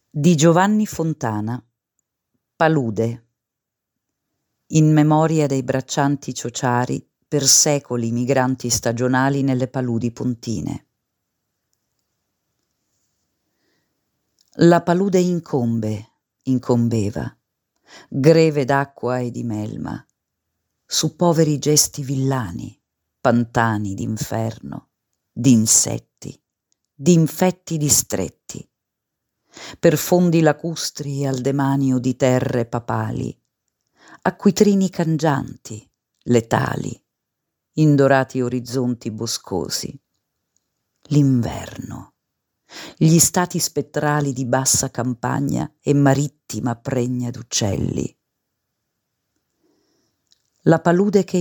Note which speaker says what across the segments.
Speaker 1: Di Giovanni Fontana. Palude. In memoria dei braccianti ciociari, per secoli migranti stagionali nelle paludi pontine. La palude incombeva, greve d'acqua e di melma, su poveri gesti villani, pantani d'inferno, d'insetti, d'infetti distretti, per fondi lacustri al demanio di terre papali, acquitrini cangianti, letali, indorati orizzonti boscosi, l'inverno, gli stati spettrali di bassa campagna e marittima pregna d'uccelli. La palude che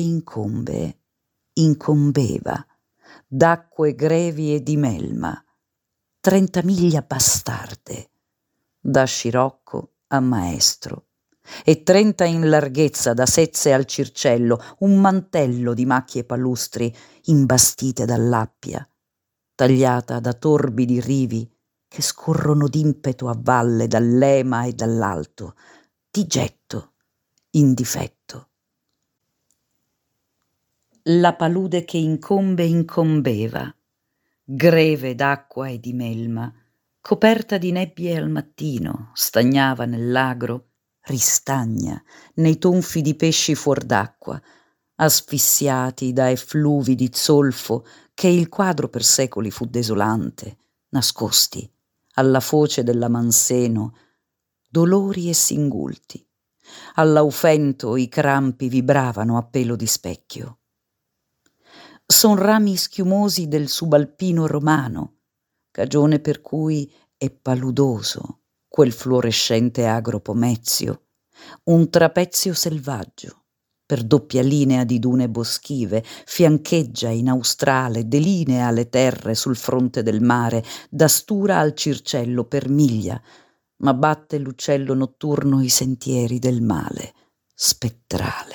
Speaker 1: incombeva, d'acque grevi e di melma, 30 miglia bastarde, da scirocco a maestro, e 30 in larghezza da Sezze al Circello, un mantello di macchie palustri imbastite dall'appia, tagliata da torbidi rivi che scorrono d'impeto a valle dall'Ema e dall'alto, di getto, in difetto. La palude che incombeva, greve d'acqua e di melma, coperta di nebbie al mattino, stagnava nell'agro, ristagna nei tonfi di pesci fuor d'acqua, asfissiati da effluvi di zolfo che il quadro per secoli fu desolante, nascosti alla foce della Manseno, dolori e singulti. All'aufento i crampi vibravano a pelo di specchio. Son rami schiumosi del subalpino romano, cagione per cui è paludoso quel fluorescente agro pomezio, un trapezio selvaggio, per doppia linea di dune boschive, fiancheggia in australe, delinea le terre sul fronte del mare, da Stura al Circello per miglia, ma batte l'uccello notturno i sentieri del male, spettrale.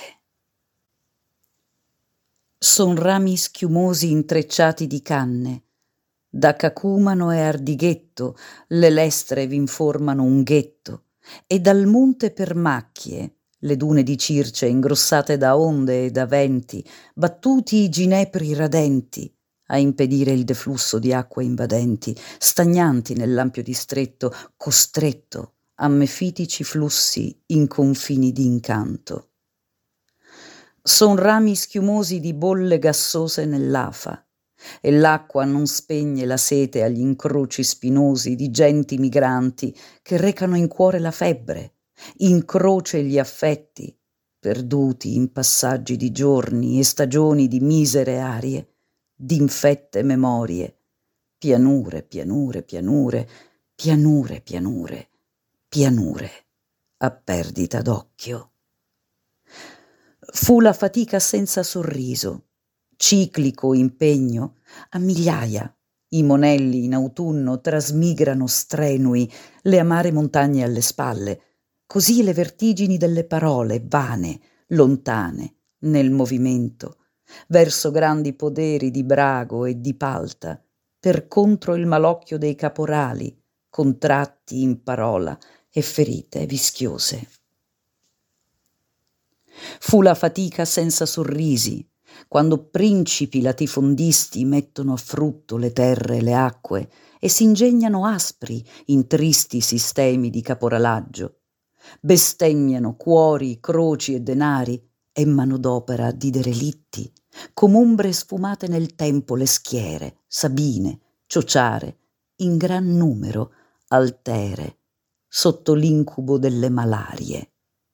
Speaker 1: Son rami schiumosi intrecciati di canne, da cacumano e ardighetto le lestre v'informano un ghetto, e dal monte per macchie le dune di Circe ingrossate da onde e da venti, battuti i ginepri radenti a impedire il deflusso di acque invadenti, stagnanti nell'ampio distretto, costretto a mefitici flussi in confini d'incanto. Son rami schiumosi di bolle gassose nell'afa, e l'acqua non spegne la sete agli incroci spinosi di genti migranti che recano in cuore la febbre, in croce gli affetti, perduti in passaggi di giorni e stagioni di misere arie, d'infette memorie, pianure, pianure, pianure, pianure, pianure, pianure, a perdita d'occhio. Fu la fatica senza sorriso, ciclico impegno, a migliaia i monelli in autunno trasmigrano strenui le amare montagne alle spalle, così le vertigini delle parole vane, lontane, nel movimento, verso grandi poderi di Brago e di Palta, per contro il malocchio dei caporali, contratti in parola e ferite vischiose. Fu la fatica senza sorrisi, quando principi latifondisti mettono a frutto le terre e le acque e s'ingegnano aspri in tristi sistemi di caporalaggio, bestemmiano cuori, croci e denari e manodopera di derelitti, com'ombre sfumate nel tempo le schiere, sabine, ciociare, in gran numero, altere, sotto l'incubo delle malarie.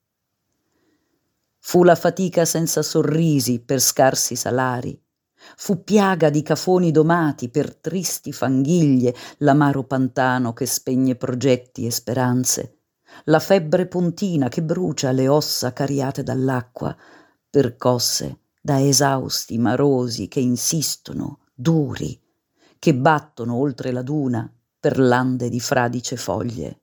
Speaker 1: Fu la fatica senza sorrisi per scarsi salari, fu piaga di cafoni domati per tristi fanghiglie l'amaro pantano che spegne progetti e speranze, la febbre pontina che brucia le ossa cariate dall'acqua, percosse da esausti marosi che insistono, duri, che battono oltre la duna per lande di fradice foglie.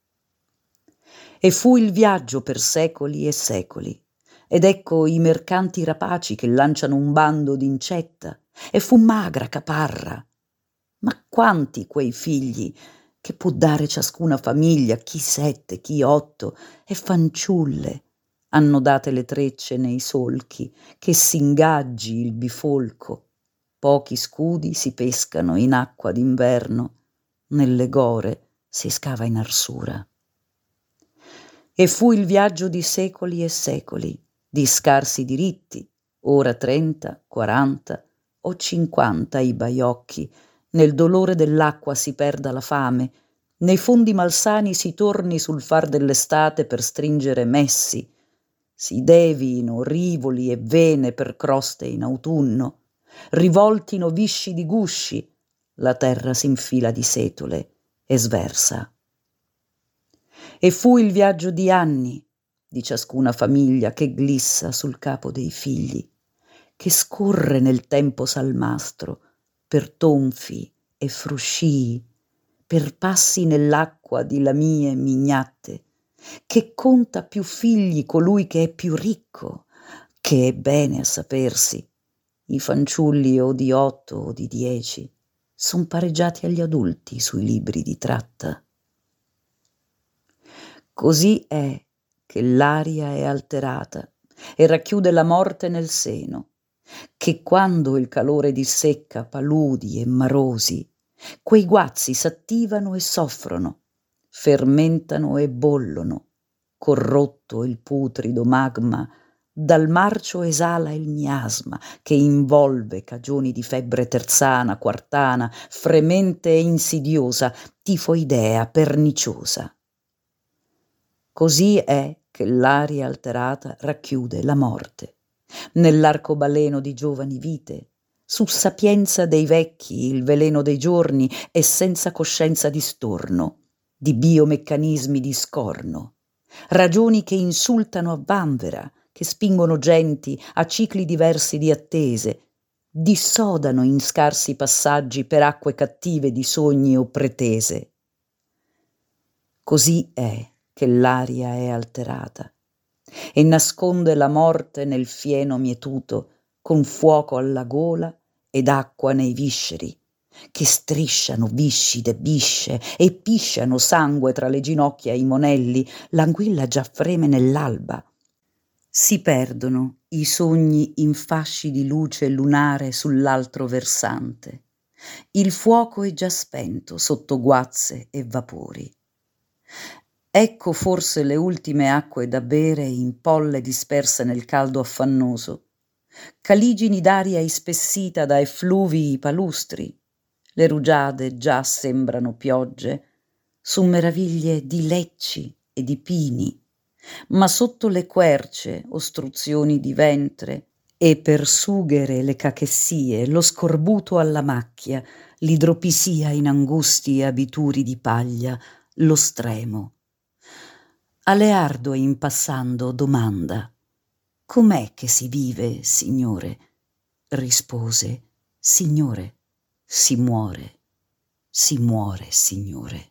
Speaker 1: E fu il viaggio per secoli e secoli, ed ecco i mercanti rapaci che lanciano un bando d'incetta, e fu magra caparra. Ma quanti quei figli che può dare ciascuna famiglia, chi 7, chi 8, e fanciulle annodate le trecce nei solchi, che s'ingaggi il bifolco. Pochi scudi si pescano in acqua d'inverno, nelle gore si scava in arsura. E fu il viaggio di secoli e secoli, di scarsi diritti, ora 30, 40 o 50 i baiocchi, nel dolore dell'acqua si perda la fame, nei fondi malsani si torni sul far dell'estate per stringere messi, si devino rivoli e vene per croste in autunno, rivoltino viscidi gusci, la terra s'infila di setole e sversa. E fu il viaggio di anni di ciascuna famiglia che glissa sul capo dei figli, che scorre nel tempo salmastro per tonfi e fruscii, per passi nell'acqua di lamie mignatte, che conta più figli colui che è più ricco, che è bene a sapersi. I fanciulli o di 8 o di 10 son pareggiati agli adulti sui libri di tratta. Così è che l'aria è alterata e racchiude la morte nel seno, che quando il calore dissecca paludi e marosi, quei guazzi s'attivano e soffrono, fermentano e bollono, corrotto il putrido magma, dal marcio esala il miasma che involve cagioni di febbre terzana, quartana, fremente e insidiosa, tifoidea, perniciosa. Così è che l'aria alterata racchiude la morte, nell'arcobaleno di giovani vite, su sapienza dei vecchi il veleno dei giorni e senza coscienza di storno, di biomeccanismi di scorno, ragioni che insultano a vanvera, che spingono genti a cicli diversi di attese, dissodano in scarsi passaggi per acque cattive di sogni o pretese. Così è che l'aria è alterata e nasconde la morte nel fieno mietuto, con fuoco alla gola ed acqua nei visceri, che strisciano viscide bisce e pisciano sangue tra le ginocchia e i monelli, l'anguilla già freme nell'alba. Si perdono i sogni in fasci di luce lunare sull'altro versante. Il fuoco è già spento sotto guazze e vapori. Ecco forse le ultime acque da bere in polle disperse nel caldo affannoso, caligini d'aria ispessita da effluvii palustri, le rugiade già sembrano piogge, su meraviglie di lecci e di pini, ma sotto le querce ostruzioni di ventre e per sughere le cachessie, lo scorbuto alla macchia, l'idropisia in angusti abituri di paglia, lo stremo. Aleardo in passando domanda: com'è che si vive, Signore? Rispose: Signore, si muore, Signore.